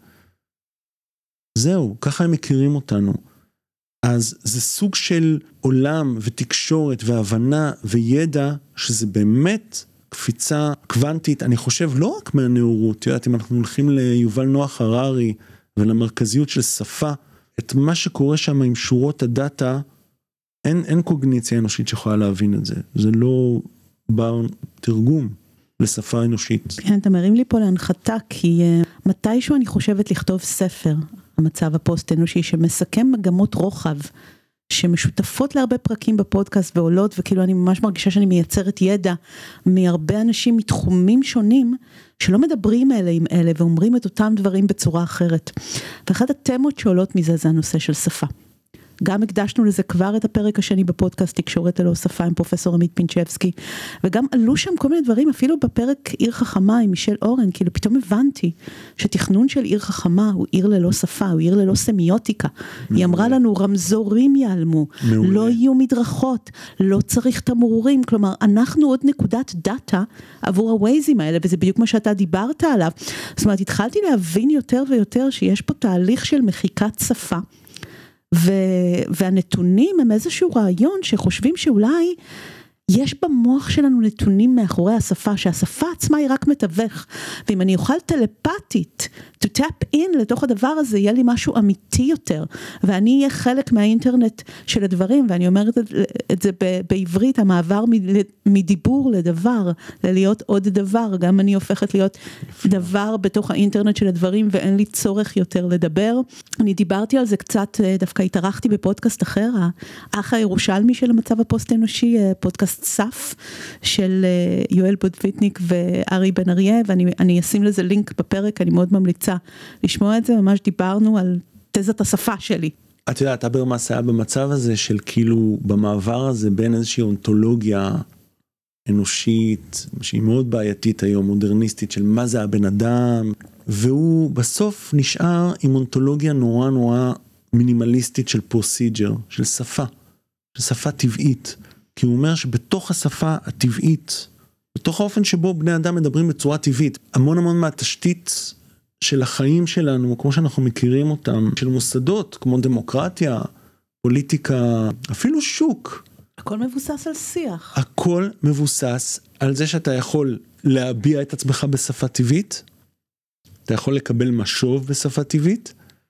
זהו, ככה הם מכירים אותנו. אז זה סוג של עולם ותקשורת והבנה וידע שזה באמת קפיצה קוונטית, אני חושב לא רק מהנאורות, יודעת, אם אנחנו הולכים ליובל נוח הררי ולמרכזיות של שפה, את מה שקורה שם עם שורות הדאטה, אין, אין קוגניציה אנושית שיכולה להבין את זה, זה לא בר תרגום לשפה אנושית. כן, אתה מרים לי פה להנחתה, כי uh, מתישהו אני חושבת לכתוב ספר, המצב הפוסט-אנושי, שמסכם מגמות רוחב, שמשותפות להרבה פרקים בפודקאסט ועולות, וכאילו אני ממש מרגישה שאני מייצרת ידע, מהרבה אנשים מתחומים שונים, שלא מדברים אלה עם אלה, ואומרים את אותם דברים בצורה אחרת. ואחת התמות שעולות מזה, זה הנושא של שפה. גם הקדשנו לזה כבר את הפרק השני בפודקאסט, תקשורת ללא שפה עם פרופסור עמית פינצ'בסקי, וגם עלו שם כל מיני דברים, אפילו בפרק עיר חכמה עם מישל אורן, כאילו פתאום הבנתי שתכנון של עיר חכמה הוא עיר ללא שפה, הוא עיר ללא סמיוטיקה. מעולה. היא אמרה לנו, רמזורים ייעלמו, מעולה. לא יהיו מדרכות, לא צריך תמרורים, כלומר, אנחנו עוד נקודת דאטה עבור הווייזים האלה, וזה בדיוק מה שאתה דיברת עליו. זאת אומרת, התחלתי להבין יותר ויותר שיש פה תהליך של מחיקת שפה, ו- והנתונים הם איזשהו רעיון שחושבים שאולי יש במוח שלנו נתונים מאחורי השפה, שהשפה עצמה היא רק מתווך, ואם אני אוכל טלפתית, to tap in לתוך הדבר הזה, יהיה לי משהו אמיתי יותר, ואני אהיה חלק מהאינטרנט של הדברים, ואני אומרת את זה בעברית, המעבר מדיבור לדבר, ללהיות עוד דבר, גם אני הופכת להיות דבר בתוך האינטרנט של הדברים, ואין לי צורך יותר לדבר. אני דיברתי על זה קצת, דווקא התארחתי בפודקאסט אחר, האח הירושלמי של המצב הפוסט אנושי, פודקאסט סף של יואל בודוויטניק וארי בן אריה, ואני אני אשים לזה לינק בפרק, אני מאוד ממליצה לשמוע את זה, ממש דיברנו על תזת השפה שלי. את יודעת, אברמאס היה במצב הזה של כאילו במעבר הזה בין איזושהי אונתולוגיה אנושית, שהיא מאוד בעייתית היום, מודרניסטית, של מה זה הבן אדם, והוא בסוף נשאר עם אונתולוגיה נורא נורא מינימליסטית של פרוסיג'ר, של שפה, של שפה טבעית. כי הוא אומר שבתוך השפה הטבעית, בתוך האופן שבו בני אדם מדברים בצורה טבעית, המון המון מהתשתית של החיים שלנו, כמו שאנחנו מכירים אותם, של מוסדות כמו דמוקרטיה, פוליטיקה, אפילו שוק. הכל מבוסס על שיח. הכל מבוסס על זה שאתה יכול להביע את עצמך בשפה טבעית, אתה יכול לקבל משוב בשפה טבעית,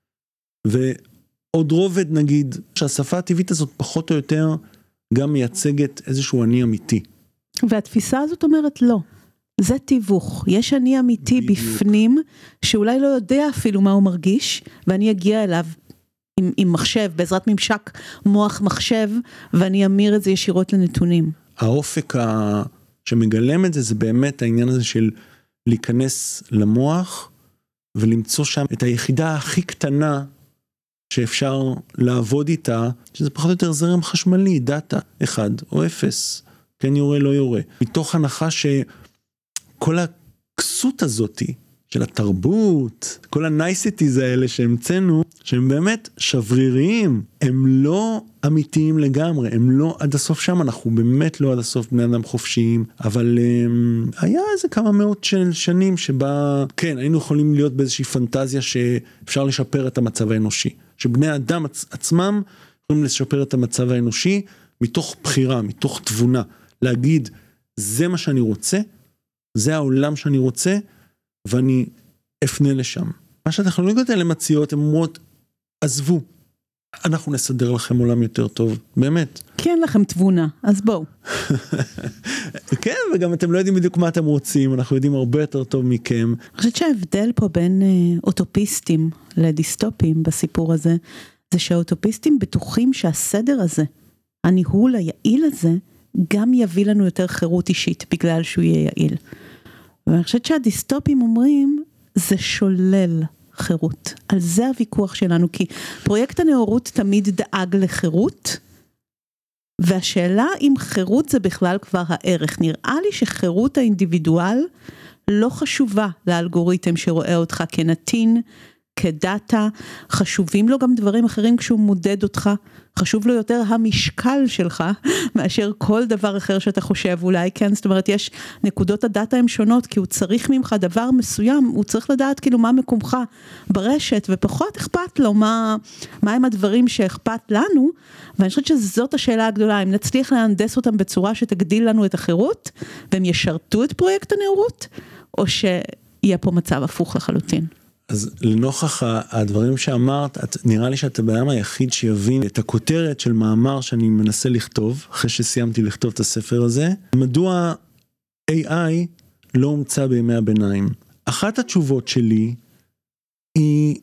ועוד רובד נגיד, שהשפה הטבעית הזאת פחות או יותר גם מייצגת איזשהו אני אמיתי. והתפיסה הזאת אומרת לא. זה תיווך. יש אני אמיתי בדיוק. בפנים, שאולי לא יודע אפילו מה הוא מרגיש, ואני אגיע אליו עם, עם מחשב, בעזרת ממשק מוח מחשב, ואני אמיר את זה ישירות לנתונים. האופק ה... שמגלם את זה, זה באמת העניין הזה של להיכנס למוח, ולמצוא שם את היחידה הכי קטנה, שאפשר לעבוד איתה, שזה פחות או יותר זרם חשמלי, דאטה, אחד או אפס, כן יורה, לא יורה. מתוך הנחה שכל הכסות הזאת של התרבות, כל הנייסיטיז האלה שהמצאנו, שהם באמת שבריריים, הם לא אמיתיים לגמרי, הם לא עד הסוף שם, אנחנו באמת לא עד הסוף בני אדם חופשיים, אבל um, היה איזה כמה מאות של שנים שבה, כן, היינו יכולים להיות באיזושהי פנטזיה שאפשר לשפר את המצב האנושי. שבני האדם עצ- עצמם יכולים לשפר את המצב האנושי מתוך בחירה, מתוך תבונה, להגיד, זה מה שאני רוצה, זה העולם שאני רוצה, ואני אפנה לשם. מה שהטכנולוגיות האלה מציעות, הן אומרות, עזבו, אנחנו נסדר לכם עולם יותר טוב, באמת. כן, לכם תבונה, אז בואו. כן, וגם אתם לא יודעים בדיוק מה אתם רוצים, אנחנו יודעים הרבה יותר טוב מכם. אני חושבת שההבדל פה בין אוטופיסטים לדיסטופים בסיפור הזה, זה שהאוטופיסטים בטוחים שהסדר הזה, הניהול היעיל הזה, גם יביא לנו יותר חירות אישית, בגלל שהוא יהיה יעיל. ואני חושבת שהדיסטופים אומרים, זה שולל חירות. על זה הוויכוח שלנו, כי פרויקט הנאורות תמיד דאג לחירות, והשאלה אם חירות זה בכלל כבר הערך. נראה לי שחירות האינדיבידואל לא חשובה לאלגוריתם שרואה אותך כנתין, כדאטה, חשובים לו גם דברים אחרים כשהוא מודד אותך, חשוב לו יותר המשקל שלך, מאשר כל דבר אחר שאתה חושב, אולי כן, זאת אומרת, יש נקודות הדאטה הן שונות, כי הוא צריך ממך דבר מסוים, הוא צריך לדעת כאילו מה מקומך ברשת, ופחות אכפת לו מה, מה הם הדברים שאכפת לנו, ואני חושבת שזאת השאלה הגדולה, אם נצליח להנדס אותם בצורה שתגדיל לנו את החירות, והם ישרתו את פרויקט הנאורות, או שיהיה פה מצב הפוך לחלוטין. אז לנוכח הדברים שאמרת, את, נראה לי שאתה בעם היחיד שיבין את הכותרת של מאמר שאני מנסה לכתוב, אחרי שסיימתי לכתוב את הספר הזה, מדוע איי איי לא הומצא בימי הביניים. אחת התשובות שלי היא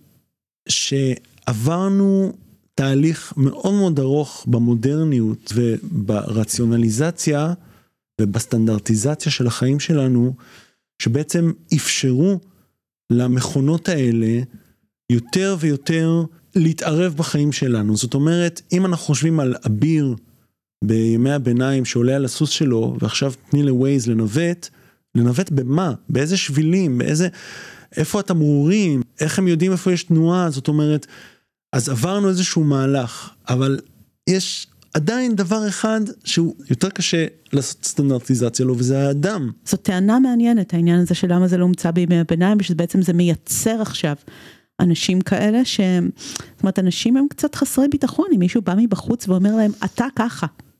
שעברנו תהליך מאוד מאוד ארוך במודרניות וברציונליזציה ובסטנדרטיזציה של החיים שלנו, שבעצם אפשרו למכונות האלה יותר ויותר להתערב בחיים שלנו. זאת אומרת, אם אנחנו חושבים על אביר בימי הביניים שעולה על הסוס שלו, ועכשיו תני לווייז לנווט, לנווט במה? באיזה שבילים? באיזה... איפה התמרורים? איך הם יודעים איפה יש תנועה? זאת אומרת, אז עברנו איזשהו מהלך, אבל יש עדיין דבר אחד שהוא יותר קשה לעשות סטנדרטיזציה לו, וזה האדם. זו טענה מעניינת, העניין הזה של למה זה לא הומצא בימי הביניים, ושבעצם זה מייצר עכשיו אנשים כאלה, ש... זאת אומרת, אנשים הם קצת חסרי ביטחון, אם מישהו בא מבחוץ ואומר להם, אתה ככה,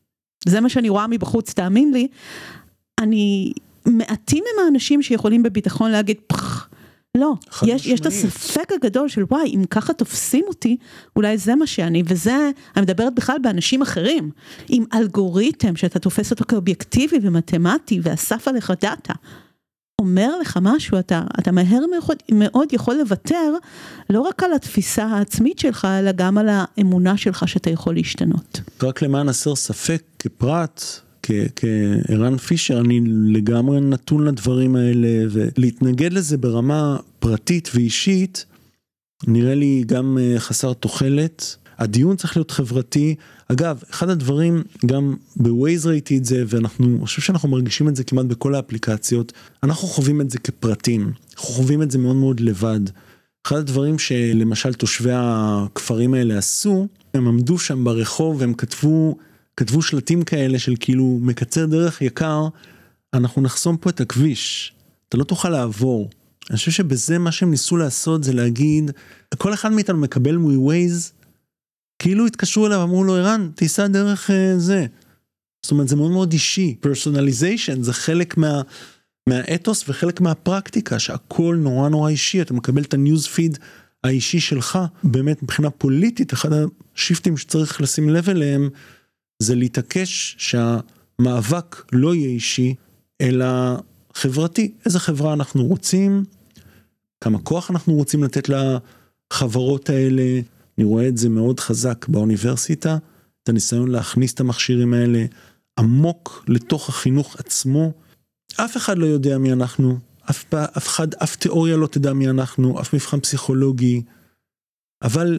זה מה שאני רואה מבחוץ, תאמין לי, אני, מעטים הם האנשים שיכולים בביטחון להגיד, פח, לא, יש, יש את הספק הגדול של וואי, אם ככה תופסים אותי, אולי זה מה שאני, וזה, אני מדברת בכלל באנשים אחרים, עם אלגוריתם שאתה תופס אותו כאובייקטיבי ומתמטי, ואסף עליך דאטה, אומר לך משהו, אתה, אתה מהר מאוד, מאוד יכול לוותר, לא רק על התפיסה העצמית שלך, אלא גם על האמונה שלך שאתה יכול להשתנות. רק למען הסר ספק כפרט, כערן פישר, אני לגמרי נתון לדברים האלה, ולהתנגד לזה ברמה פרטית ואישית, נראה לי גם חסר תוחלת. הדיון צריך להיות חברתי. אגב, אחד הדברים, גם בווייז ראיתי את זה, ואנחנו, אני חושב שאנחנו מרגישים את זה כמעט בכל האפליקציות, אנחנו חווים את זה כפרטים, אנחנו חווים את זה מאוד מאוד לבד. אחד הדברים שלמשל תושבי הכפרים האלה עשו, הם עמדו שם ברחוב והם כתבו, כתבו שלטים כאלה של כאילו מקצר דרך יקר, אנחנו נחסום פה את הכביש, אתה לא תוכל לעבור. אני חושב שבזה מה שהם ניסו לעשות זה להגיד, כל אחד מאיתנו מקבל מווייז, כאילו התקשרו אליו, אמרו לו, ערן, תיסע דרך uh, זה. זאת אומרת, זה מאוד מאוד אישי. Personalization זה חלק מה, מהאתוס וחלק מהפרקטיקה, שהכל נורא נורא אישי, אתה מקבל את הניוז פיד האישי שלך, באמת מבחינה פוליטית, אחד השיפטים שצריך לשים לב אליהם, זה להתעקש שהמאבק לא יהיה אישי, אלא חברתי. איזה חברה אנחנו רוצים, כמה כוח אנחנו רוצים לתת לחברות האלה, אני רואה את זה מאוד חזק באוניברסיטה, את הניסיון להכניס את המכשירים האלה עמוק לתוך החינוך עצמו. אף אחד לא יודע מי אנחנו, אף, אף אחד, אף תיאוריה לא תדע מי אנחנו, אף מבחן פסיכולוגי, אבל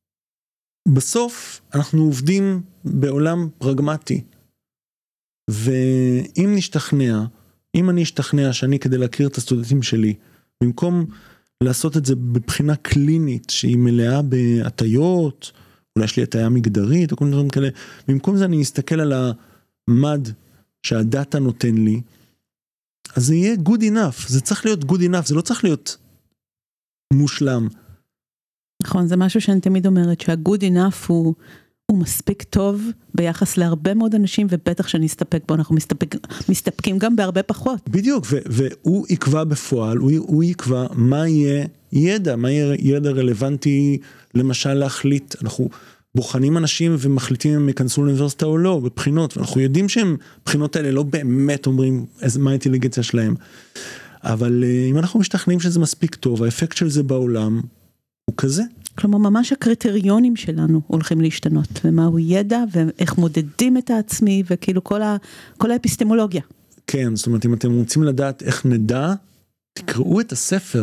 בסוף אנחנו עובדים בעולם פרגמטי, ואם נשתכנע, אם אני אשתכנע שאני כדי להכיר את הסטודנטים שלי, במקום לעשות את זה בבחינה קלינית שהיא מלאה בהטיות, אולי יש לי הטיה מגדרית או כל מיני דברים כאלה, במקום זה אני אסתכל על המד שהדאטה נותן לי, אז זה יהיה good enough, זה צריך להיות good enough, זה לא צריך להיות מושלם. נכון, זה משהו שאני תמיד אומרת, שה-good enough הוא, הוא מספיק טוב ביחס להרבה מאוד אנשים, ובטח שנסתפק בו, אנחנו מסתפק, מסתפקים גם בהרבה פחות. בדיוק, ו- והוא יקבע בפועל, הוא, הוא יקבע מה יהיה ידע, מה יהיה ידע רלוונטי, למשל להחליט, אנחנו בוחנים אנשים ומחליטים אם הם יכנסו לאוניברסיטה או לא, בבחינות, ואנחנו יודעים שהם, בחינות האלה לא באמת אומרים איזה, מה האינטליגנציה שלהם, אבל אם אנחנו משתכנעים שזה מספיק טוב, האפקט של זה בעולם הוא כזה. כלומר, ממש הקריטריונים שלנו הולכים להשתנות, ומהו ידע, ואיך מודדים את העצמי, וכאילו כל, ה, כל האפיסטמולוגיה. כן, זאת אומרת, אם אתם רוצים לדעת איך נדע, תקראו את הספר.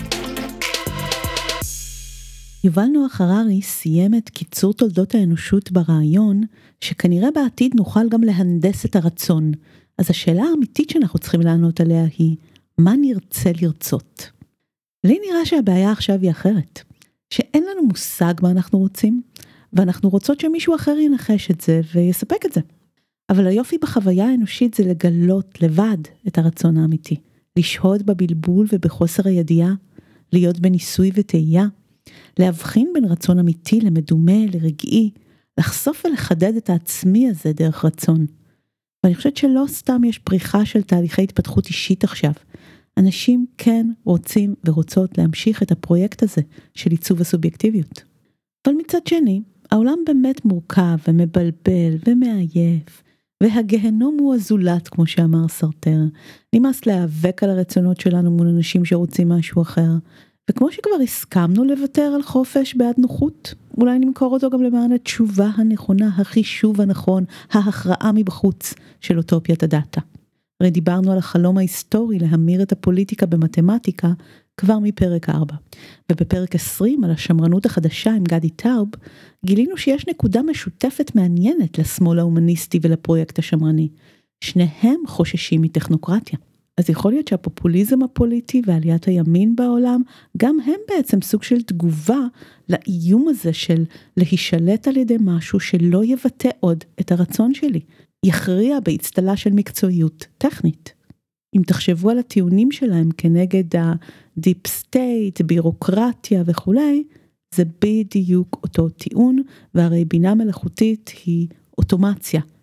יובל נוח הררי סיים את קיצור תולדות האנושות ברעיון, שכנראה בעתיד נוכל גם להנדס את הרצון. אז השאלה האמיתית שאנחנו צריכים לענות עליה היא, מה נרצה לרצות? לי נראה שהבעיה עכשיו היא אחרת. שאין לנו מושג מה אנחנו רוצים, ואנחנו רוצות שמישהו אחר ינחש את זה ויספק את זה. אבל היופי בחוויה האנושית זה לגלות לבד את הרצון האמיתי, לשהות בבלבול ובחוסר הידיעה, להיות בניסוי וטעייה, להבחין בין רצון אמיתי למדומה, לרגעי, לחשוף ולחדד את העצמי הזה דרך רצון. ואני חושבת שלא סתם יש פריחה של תהליכי התפתחות אישית עכשיו, אנשים כן רוצים ורוצות להמשיך את הפרויקט הזה של עיצוב הסובייקטיביות. אבל מצד שני, העולם באמת מורכב ומבלבל ומעייף, והגהנום הוא הזולת, כמו שאמר סרטר. נמאס להיאבק על הרצונות שלנו מול אנשים שרוצים משהו אחר, וכמו שכבר הסכמנו לוותר על חופש בעד נוחות, אולי נמכור אותו גם למען התשובה הנכונה, החישוב הנכון, ההכרעה מבחוץ של אוטופיית הדאטה. הרי דיברנו על החלום ההיסטורי להמיר את הפוליטיקה במתמטיקה כבר מפרק ארבע. ובפרק עשרים על השמרנות החדשה עם גדי טאוב, גילינו שיש נקודה משותפת מעניינת לשמאל ההומניסטי ולפרויקט השמרני. שניהם חוששים מטכנוקרטיה. אז יכול להיות שהפופוליזם הפוליטי ועליית הימין בעולם, גם הם בעצם סוג של תגובה לאיום הזה של להישלט על ידי משהו שלא יבטא עוד את הרצון שלי. יכריע בהצטלה של מקצועיות טכנית. אם תחשבו על הטיעונים שלהם כנגד הדיפ סטייט, בירוקרטיה וכו', זה בדיוק אותו טיעון, והרי בינה מלאכותית היא אוטומציה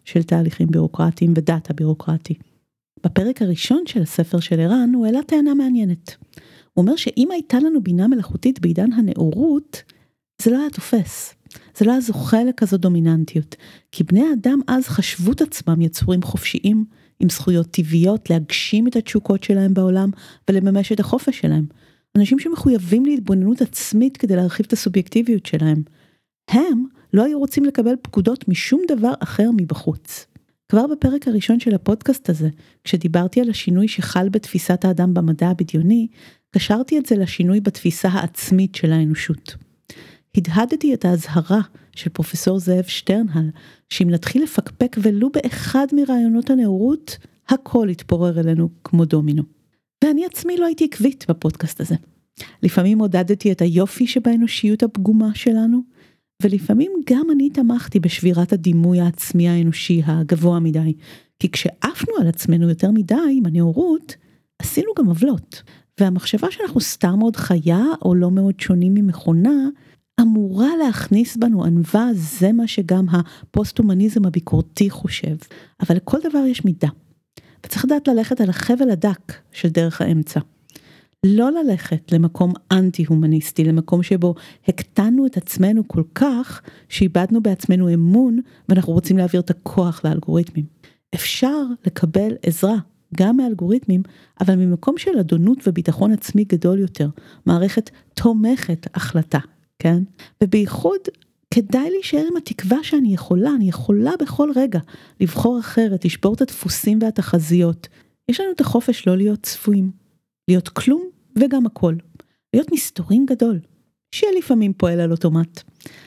של תהליכים בירוקרטיים ודאטה בירוקרטי. בפרק הראשון של הספר של ערן הוא העלה טענה מעניינת. הוא אומר שאם הייתה לנו בינה מלאכותית בעידן הנאורות, זה לא היה תופס. זה לא היה זוכה לכזו דומיננטיות. כי בני האדם אז חשבו את עצמם יצורים חופשיים, עם זכויות טבעיות, להגשים את התשוקות שלהם בעולם, ולממש את החופש שלהם. אנשים שמחויבים להתבוננות עצמית כדי להרחיב את הסובייקטיביות שלהם. הם לא היו רוצים לקבל פקודות משום דבר אחר מבחוץ. כבר בפרק הראשון של הפודקאסט הזה, כשדיברתי על השינוי שחל בתפיסת האדם במדע הבדיוני, קשרתי את זה לשינוי בתפיסה העצמית של האנושות. הדהדתי את ההזהרה של פרופסור זאב שטרנהל, שאם נתחיל לפקפק ולו באחד מרעיונות הנאורות, הכל יתפורר אלינו כמו דומינו. ואני עצמי לא הייתי עקבית בפודקאסט הזה. לפעמים עודדתי את היופי שבאנושיות הפגומה שלנו, ולפעמים גם אני תמכתי בשבירת הדימוי העצמי האנושי הגבוה מדי, כי כשעפנו על עצמנו יותר מדי עם הנאורות, עשינו גם עוולות. והמחשבה שאנחנו סתם מאוד חיה או לא מאוד שונים ממכונה, אמורה להכניס בנו ענווה, זה מה שגם הפוסט-הומניזם הביקורתי חושב. אבל לכל דבר יש מידה. וצריך לדעת ללכת על החבל הדק של דרך האמצע. לא ללכת למקום אנטי-הומניסטי, למקום שבו הקטנו את עצמנו כל כך, שאיבדנו בעצמנו אמון, ואנחנו רוצים להעביר את הכוח לאלגוריתמים. אפשר לקבל עזרה, גם מאלגוריתמים, אבל ממקום של אדונות וביטחון עצמי גדול יותר, מערכת תומכת החלטה, כן? ובייחוד, כדאי להישאר עם התקווה שאני יכולה, אני יכולה בכל רגע לבחור אחרת, לשבור את הדפוסים והתחזיות. יש לנו את החופש לא להיות צפויים, להיות כלום וגם הכל, להיות מסתורים גדול, שלפעמים פועל על אוטומט,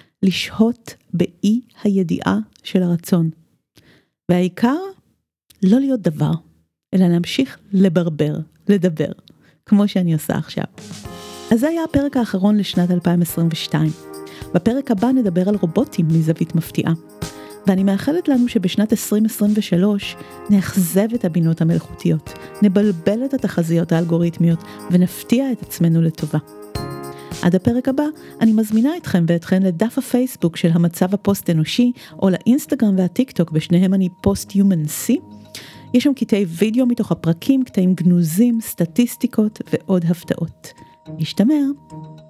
לשהות באי הידיעה של הרצון. והעיקר, לא להיות דבר, אלא להמשיך לברבר, לדבר, כמו שאני עושה עכשיו. אז זה היה הפרק האחרון לשנת אלפיים עשרים ושתיים. בפרק הבא נדבר על רובוטים מזווית מפתיעה. ואני מאחלת לנו שבשנת עשרים עשרים ושלוש נאכזב את הבינות המלאכותיות, נבלבל את התחזיות האלגוריתמיות ונפתיע את עצמנו לטובה. עד הפרק הבא אני מזמינה אתכם ואתכן לדף הפייסבוק של המצב הפוסט אנושי, או לאינסטגרם והטיק טוק, בשניהם אני פוסט-יומן סי. יש שם קטעי וידאו מתוך הפרקים, קטעים גנוזים, סטטיסטיקות ועוד הפתעות. נשתמע.